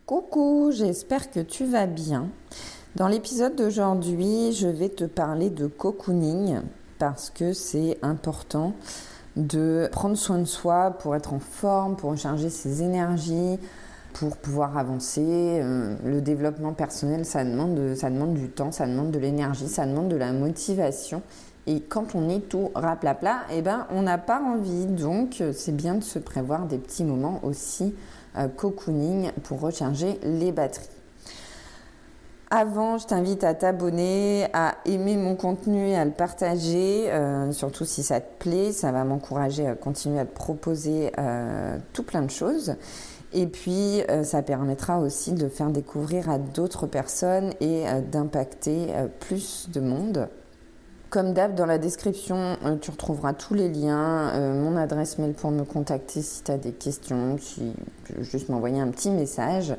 Coucou, j'espère que tu vas bien. Dans l'épisode d'aujourd'hui, je vais te parler de cocooning parce que c'est important de prendre soin de soi pour être en forme, pour recharger ses énergies, pour pouvoir avancer. Le développement personnel, ça demande du temps, ça demande de l'énergie, ça demande de la motivation. Et quand on est tout raplapla, on n'a pas envie. Donc, c'est bien de se prévoir des petits moments aussi cocooning pour recharger les batteries. Avant, je t'invite à t'abonner, à aimer mon contenu et à le partager, surtout si ça te plaît. Ça va m'encourager à continuer à te proposer tout plein de choses. Et puis, ça permettra aussi de faire découvrir à d'autres personnes et d'impacter plus de monde. Comme d'hab, dans la description, tu retrouveras tous les liens, mon adresse mail pour me contacter si tu as des questions, si tu veux juste m'envoyer un petit message.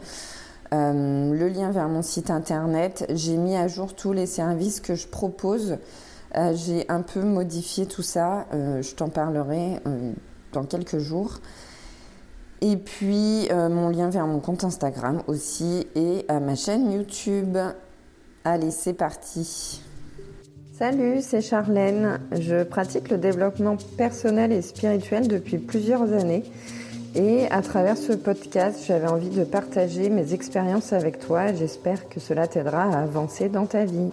Le lien vers mon site internet. J'ai mis à jour tous les services que je propose. J'ai un peu modifié tout ça. Je t'en parlerai dans quelques jours. Et puis, mon lien vers mon compte Instagram aussi et ma chaîne YouTube. Allez, c'est parti. Salut, c'est Charlène. Je pratique le développement personnel et spirituel depuis plusieurs années. Et à travers ce podcast, j'avais envie de partager mes expériences avec toi. J'espère que cela t'aidera à avancer dans ta vie.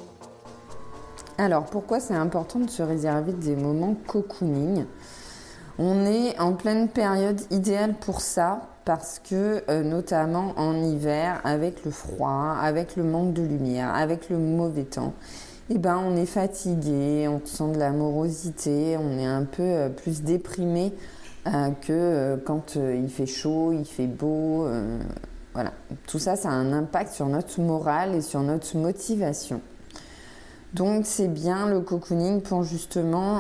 Alors, pourquoi c'est important de se réserver des moments cocooning ? On est en pleine période idéale pour ça parce que, notamment en hiver, avec le froid, avec le manque de lumière, avec le mauvais temps, on est fatigué, on ressent de la morosité, on est un peu plus déprimé que quand il fait chaud, il fait beau. Voilà. Tout ça, ça a un impact sur notre morale et sur notre motivation. Donc, c'est bien le cocooning pour justement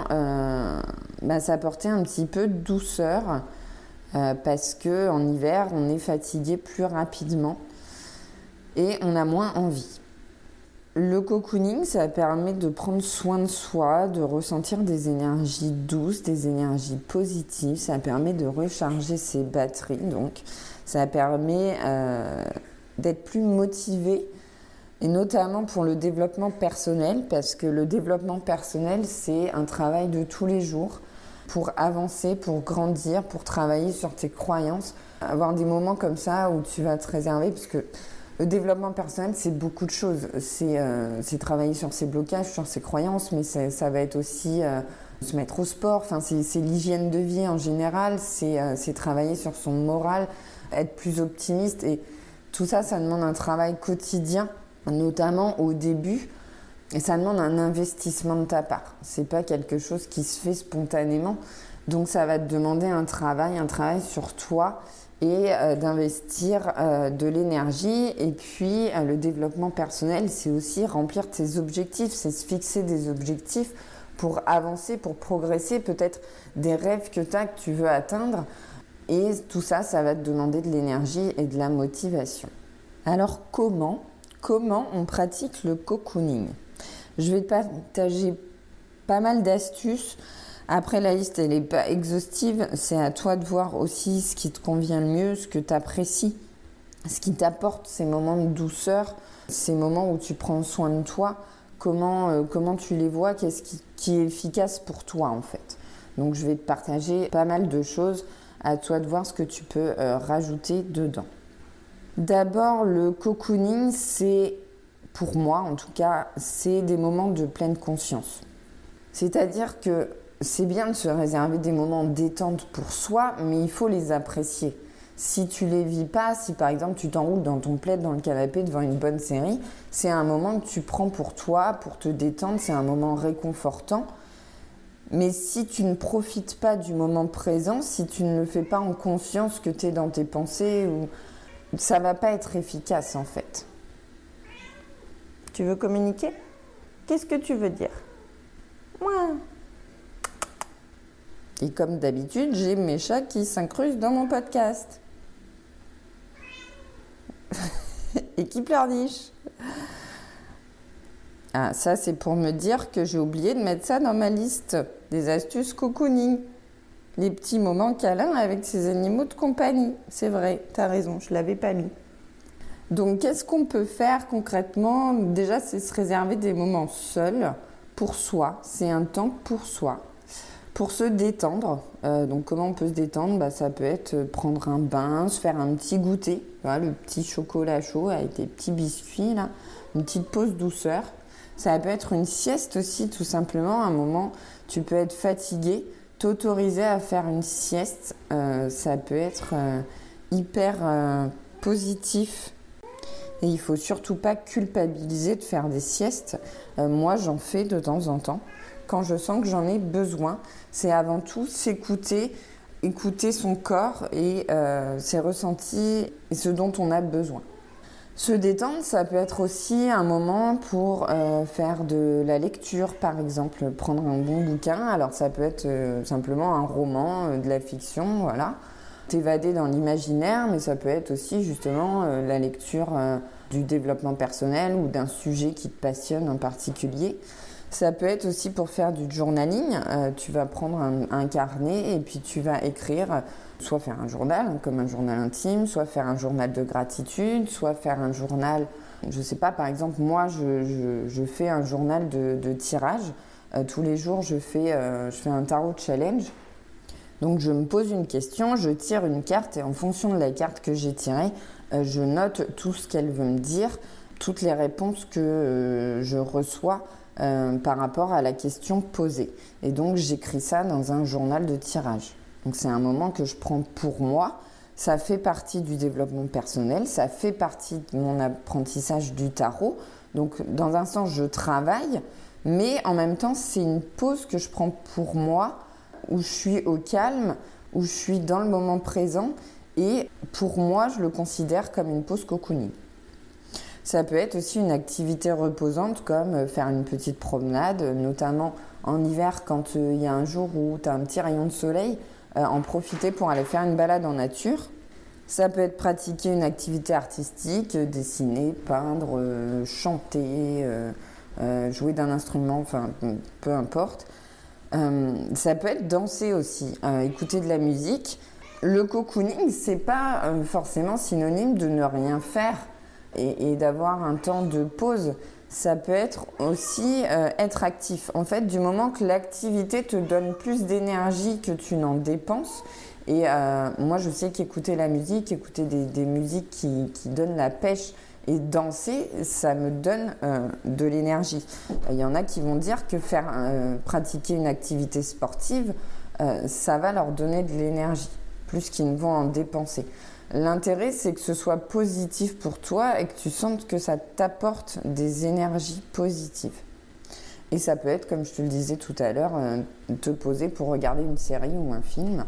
s'apporter un petit peu de douceur parce qu'en hiver, on est fatigué plus rapidement et on a moins envie. Le cocooning, ça permet de prendre soin de soi, de ressentir des énergies douces, des énergies positives. Ça permet de recharger ses batteries. Donc, ça permet d'être plus motivé, et notamment pour le développement personnel, parce que le développement personnel, c'est un travail de tous les jours pour avancer, pour grandir, pour travailler sur tes croyances. Avoir des moments comme ça où tu vas te réserver, parce que le développement personnel, c'est beaucoup de choses. C'est travailler sur ses blocages, sur ses croyances, mais ça va être aussi se mettre au sport. Enfin, c'est l'hygiène de vie en général. C'est travailler sur son moral, être plus optimiste. Et tout ça, ça demande un travail quotidien, notamment au début. Et ça demande un investissement de ta part. C'est pas quelque chose qui se fait spontanément. Donc, ça va te demander un travail sur toi et d'investir de l'énergie. Et puis le développement personnel, c'est aussi remplir tes objectifs, c'est se fixer des objectifs pour avancer, pour progresser, peut-être des rêves que tu veux atteindre. Et tout ça, ça va te demander de l'énergie et de la motivation. Alors comment on pratique le cocooning ? Je vais te partager pas mal d'astuces. Après, la liste, elle n'est pas exhaustive. C'est à toi de voir aussi ce qui te convient le mieux, ce que tu apprécies, ce qui t'apporte ces moments de douceur, ces moments où tu prends soin de toi, comment tu les vois, qu'est-ce qui est efficace pour toi en fait. Donc, je vais te partager pas mal de choses. À toi de voir ce que tu peux rajouter dedans. D'abord, le cocooning, c'est, pour moi en tout cas, c'est des moments de pleine conscience. C'est-à-dire que c'est bien de se réserver des moments de détente pour soi, mais il faut les apprécier. Si tu les vis pas, si par exemple tu t'enroules dans ton plaid dans le canapé devant une bonne série, c'est un moment que tu prends pour toi, pour te détendre, c'est un moment réconfortant. Mais si tu ne profites pas du moment présent, si tu ne le fais pas en conscience que tu es dans tes pensées, ça va pas être efficace en fait. Tu veux communiquer ? Qu'est-ce que tu veux dire ? Moi. Et comme d'habitude, j'ai mes chats qui s'incrustent dans mon podcast. Et qui pleurnichent. Ah, ça c'est pour me dire que j'ai oublié de mettre ça dans ma liste des astuces cocooning. Les petits moments câlins avec ces animaux de compagnie. C'est vrai, t'as raison, je l'avais pas mis. Donc, qu'est-ce qu'on peut faire concrètement? Déjà, c'est se réserver des moments seuls pour soi. C'est un temps pour soi, pour se détendre. Donc, comment on peut se détendre? Ça peut être prendre un bain, se faire un petit goûter, voilà, le petit chocolat chaud avec des petits biscuits, là, une petite pause douceur. Ça peut être une sieste aussi, tout simplement. À un moment, tu peux être fatigué, t'autoriser à faire une sieste. Ça peut être hyper positif. Et il faut surtout pas culpabiliser de faire des siestes. Moi, j'en fais de temps en temps. Quand je sens que j'en ai besoin, c'est avant tout s'écouter, écouter son corps et ses ressentis et ce dont on a besoin. Se détendre, ça peut être aussi un moment pour faire de la lecture, par exemple, prendre un bon bouquin. Alors ça peut être simplement un roman, de la fiction, voilà. T'évader dans l'imaginaire, mais ça peut être aussi justement la lecture du développement personnel ou d'un sujet qui te passionne en particulier. Ça peut être aussi pour faire du journaling. Tu vas prendre un carnet et puis tu vas écrire, soit faire un journal, comme un journal intime, soit faire un journal de gratitude, soit faire un journal, je sais pas, par exemple, moi je fais un journal de tirage. Tous les jours, je fais un tarot challenge. Donc je me pose une question, je tire une carte et en fonction de la carte que j'ai tirée, je note tout ce qu'elle veut me dire, toutes les réponses que je reçois par rapport à la question posée. Et donc j'écris ça dans un journal de tirage. Donc c'est un moment que je prends pour moi, ça fait partie du développement personnel, ça fait partie de mon apprentissage du tarot. Donc dans un sens je travaille, mais en même temps c'est une pause que je prends pour moi, où je suis au calme, où je suis dans le moment présent et pour moi, je le considère comme une pause cocooning. Ça peut être aussi une activité reposante comme faire une petite promenade, notamment en hiver quand il y a un jour où tu as un petit rayon de soleil, en profiter pour aller faire une balade en nature. Ça peut être pratiquer une activité artistique, dessiner, peindre, chanter, jouer d'un instrument, enfin peu importe. Ça peut être danser aussi, écouter de la musique. Le cocooning, c'est pas forcément synonyme de ne rien faire et d'avoir un temps de pause. Ça peut être aussi être actif. En fait, du moment que l'activité te donne plus d'énergie que tu n'en dépenses. Et moi, je sais qu'écouter la musique, écouter des musiques qui donnent la pêche, et danser, ça me donne de l'énergie. Il y en a qui vont dire que pratiquer une activité sportive, ça va leur donner de l'énergie, plus qu'ils ne vont en dépenser. L'intérêt, c'est que ce soit positif pour toi et que tu sentes que ça t'apporte des énergies positives. Et ça peut être, comme je te le disais tout à l'heure, te poser pour regarder une série ou un film.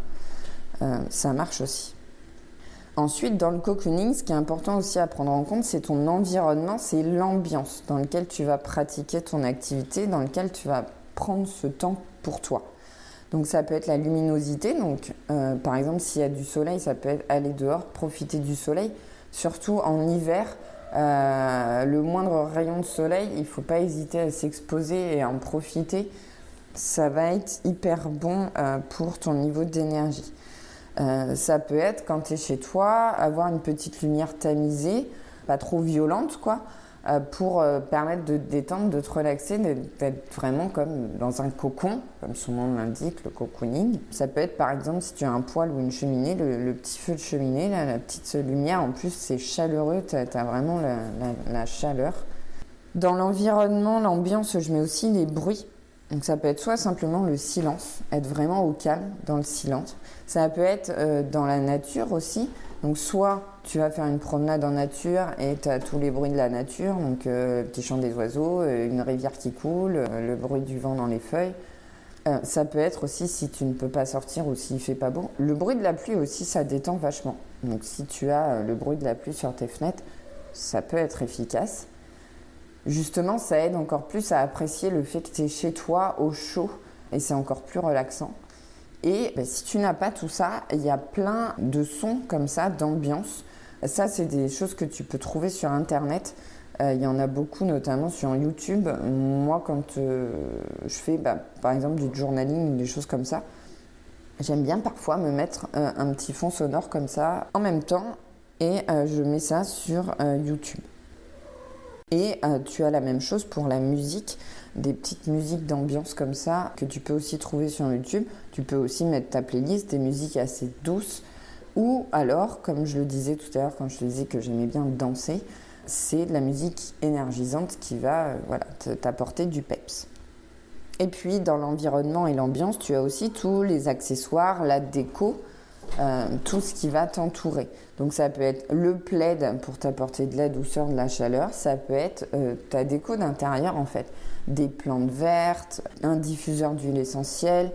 Ça marche aussi. Ensuite, dans le cocooning, ce qui est important aussi à prendre en compte, c'est ton environnement, c'est l'ambiance dans laquelle tu vas pratiquer ton activité, dans laquelle tu vas prendre ce temps pour toi. Donc ça peut être la luminosité, donc par exemple s'il y a du soleil, ça peut être aller dehors, profiter du soleil, surtout en hiver. Le moindre rayon de soleil, il ne faut pas hésiter à s'exposer et à en profiter. Ça va être hyper bon pour ton niveau d'énergie. Ça peut être quand tu es chez toi, avoir une petite lumière tamisée, pas trop violente quoi, pour permettre de te détendre, de te relaxer, d'être vraiment comme dans un cocon, comme son nom l'indique, le cocooning. Ça peut être par exemple si tu as un poêle ou une cheminée, le petit feu de cheminée, là, la petite lumière, en plus c'est chaleureux, tu as vraiment la chaleur. Dans l'environnement, l'ambiance, je mets aussi les bruits. Donc ça peut être soit simplement le silence, être vraiment au calme dans le silence. Ça peut être dans la nature aussi. Donc soit tu vas faire une promenade en nature et tu as tous les bruits de la nature, donc le petit chant des oiseaux, une rivière qui coule, le bruit du vent dans les feuilles. Ça peut être aussi si tu ne peux pas sortir ou s'il fait pas beau. Le bruit de la pluie aussi, ça détend vachement. Donc si tu as le bruit de la pluie sur tes fenêtres, ça peut être efficace. Justement, ça aide encore plus à apprécier le fait que tu es chez toi au chaud et c'est encore plus relaxant. Et si tu n'as pas tout ça, il y a plein de sons comme ça, d'ambiance. Ça, c'est des choses que tu peux trouver sur Internet. Il y en a beaucoup, notamment sur YouTube. Moi, quand je fais par exemple du journaling ou des choses comme ça, j'aime bien parfois me mettre un petit fond sonore comme ça. En même temps, et je mets ça sur YouTube. Et tu as la même chose pour la musique, des petites musiques d'ambiance comme ça que tu peux aussi trouver sur YouTube. Tu peux aussi mettre ta playlist, des musiques assez douces. Ou alors, comme je le disais tout à l'heure quand je te disais que j'aimais bien danser, c'est de la musique énergisante qui va t'apporter du peps. Et puis dans l'environnement et l'ambiance, tu as aussi tous les accessoires, la déco, tout ce qui va t'entourer. Donc ça peut être le plaid pour t'apporter de la douceur, de la chaleur. Ça peut être ta déco d'intérieur en fait. Des plantes vertes, un diffuseur d'huile essentielle,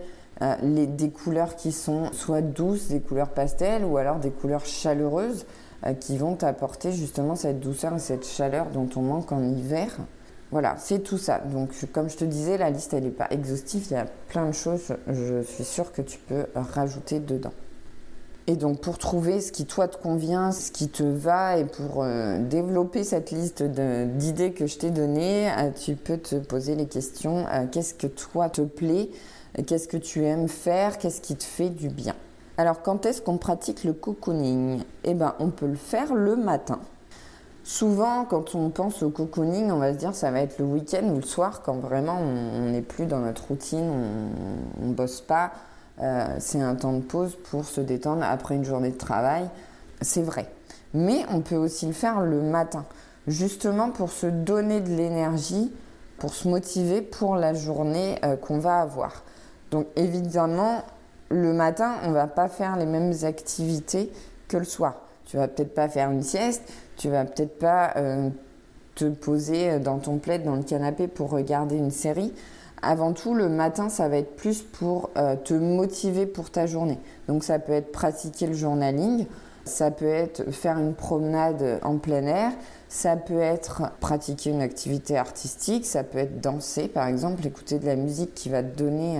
des couleurs qui sont soit douces, des couleurs pastel ou alors des couleurs chaleureuses qui vont t'apporter justement cette douceur et cette chaleur dont on manque en hiver. Voilà, c'est tout ça. Donc, comme je te disais, la liste, elle n'est pas exhaustive. Il y a plein de choses, je suis sûre que tu peux rajouter dedans. Et donc, pour trouver ce qui, toi, te convient, ce qui te va, et pour développer cette liste d'idées que je t'ai données, tu peux te poser les questions. Qu'est-ce que toi te plaît? Qu'est-ce que tu aimes faire? Qu'est-ce qui te fait du bien? Alors, quand est-ce qu'on pratique le cocooning? Eh bien, on peut le faire le matin. Souvent, quand on pense au cocooning, on va se dire ça va être le week-end ou le soir, quand vraiment on n'est plus dans notre routine, on ne bosse pas. C'est un temps de pause pour se détendre après une journée de travail. C'est vrai. Mais on peut aussi le faire le matin, justement pour se donner de l'énergie, pour se motiver pour la journée qu'on va avoir. Donc évidemment, le matin, on ne va pas faire les mêmes activités que le soir. Tu vas peut-être pas faire une sieste, tu vas peut-être pas te poser dans ton plaid, dans le canapé pour regarder une série. Avant tout, le matin, ça va être plus pour te motiver pour ta journée. Donc ça peut être pratiquer le journaling, ça peut être faire une promenade en plein air, ça peut être pratiquer une activité artistique, ça peut être danser par exemple, écouter de la musique qui va te donner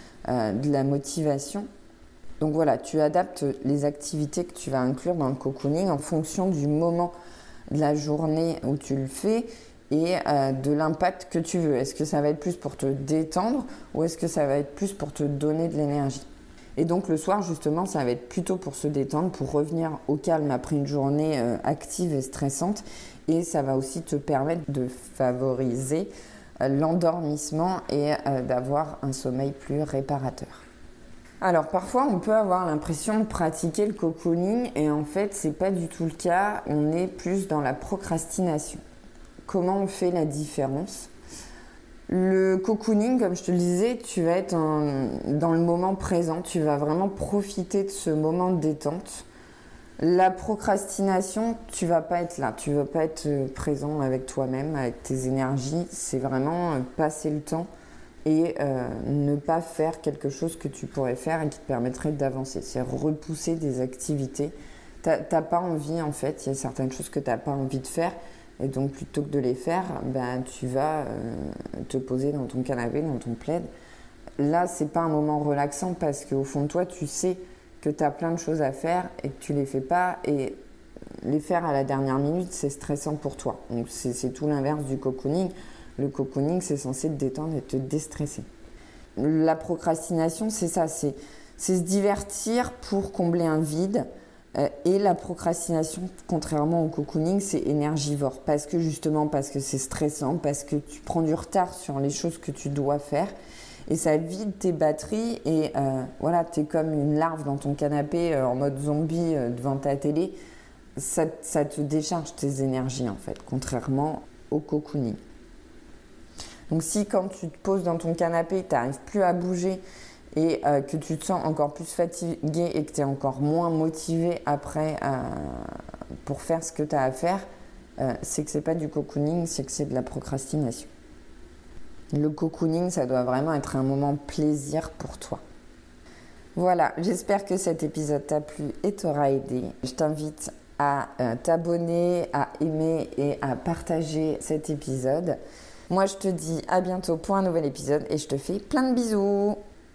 de la motivation. Donc voilà, tu adaptes les activités que tu vas inclure dans le cocooning en fonction du moment de la journée où tu le fais et de l'impact que tu veux. Est-ce que ça va être plus pour te détendre ou est-ce que ça va être plus pour te donner de l'énergie? Et donc le soir, justement, ça va être plutôt pour se détendre, pour revenir au calme après une journée active et stressante. Et ça va aussi te permettre de favoriser l'endormissement et d'avoir un sommeil plus réparateur. Alors parfois on peut avoir l'impression de pratiquer le cocooning et en fait c'est pas du tout le cas, on est plus dans la procrastination. Comment on fait la différence? Le cocooning, comme je te le disais, tu vas être dans le moment présent, tu vas vraiment profiter de ce moment de détente. La procrastination, tu vas pas être là, tu vas pas être présent avec toi-même, avec tes énergies, c'est vraiment passer le temps et ne pas faire quelque chose que tu pourrais faire et qui te permettrait d'avancer. C'est repousser des activités. T'as pas envie en fait, il y a certaines choses que tu n'as pas envie de faire et donc plutôt que de les faire, tu vas te poser dans ton canapé, dans ton plaid. Là, c'est pas un moment relaxant parce qu'au fond de toi, tu sais que tu as plein de choses à faire et que tu les fais pas et les faire à la dernière minute, c'est stressant pour toi. Donc c'est tout l'inverse du cocooning. Le cocooning, c'est censé te détendre et te déstresser. La procrastination, c'est ça, c'est se divertir pour combler un vide. Et la procrastination, contrairement au cocooning, c'est énergivore. Parce que c'est stressant, parce que tu prends du retard sur les choses que tu dois faire. Et ça vide tes batteries et tu es comme une larve dans ton canapé en mode zombie devant ta télé. Ça te décharge tes énergies en fait, contrairement au cocooning. Donc si quand tu te poses dans ton canapé, tu n'arrives plus à bouger et que tu te sens encore plus fatigué et que tu es encore moins motivé après pour faire ce que tu as à faire, c'est que ce n'est pas du cocooning, c'est que c'est de la procrastination. Le cocooning, ça doit vraiment être un moment plaisir pour toi. Voilà, j'espère que cet épisode t'a plu et t'aura aidé. Je t'invite à t'abonner, à aimer et à partager cet épisode. Moi, je te dis à bientôt pour un nouvel épisode et je te fais plein de bisous.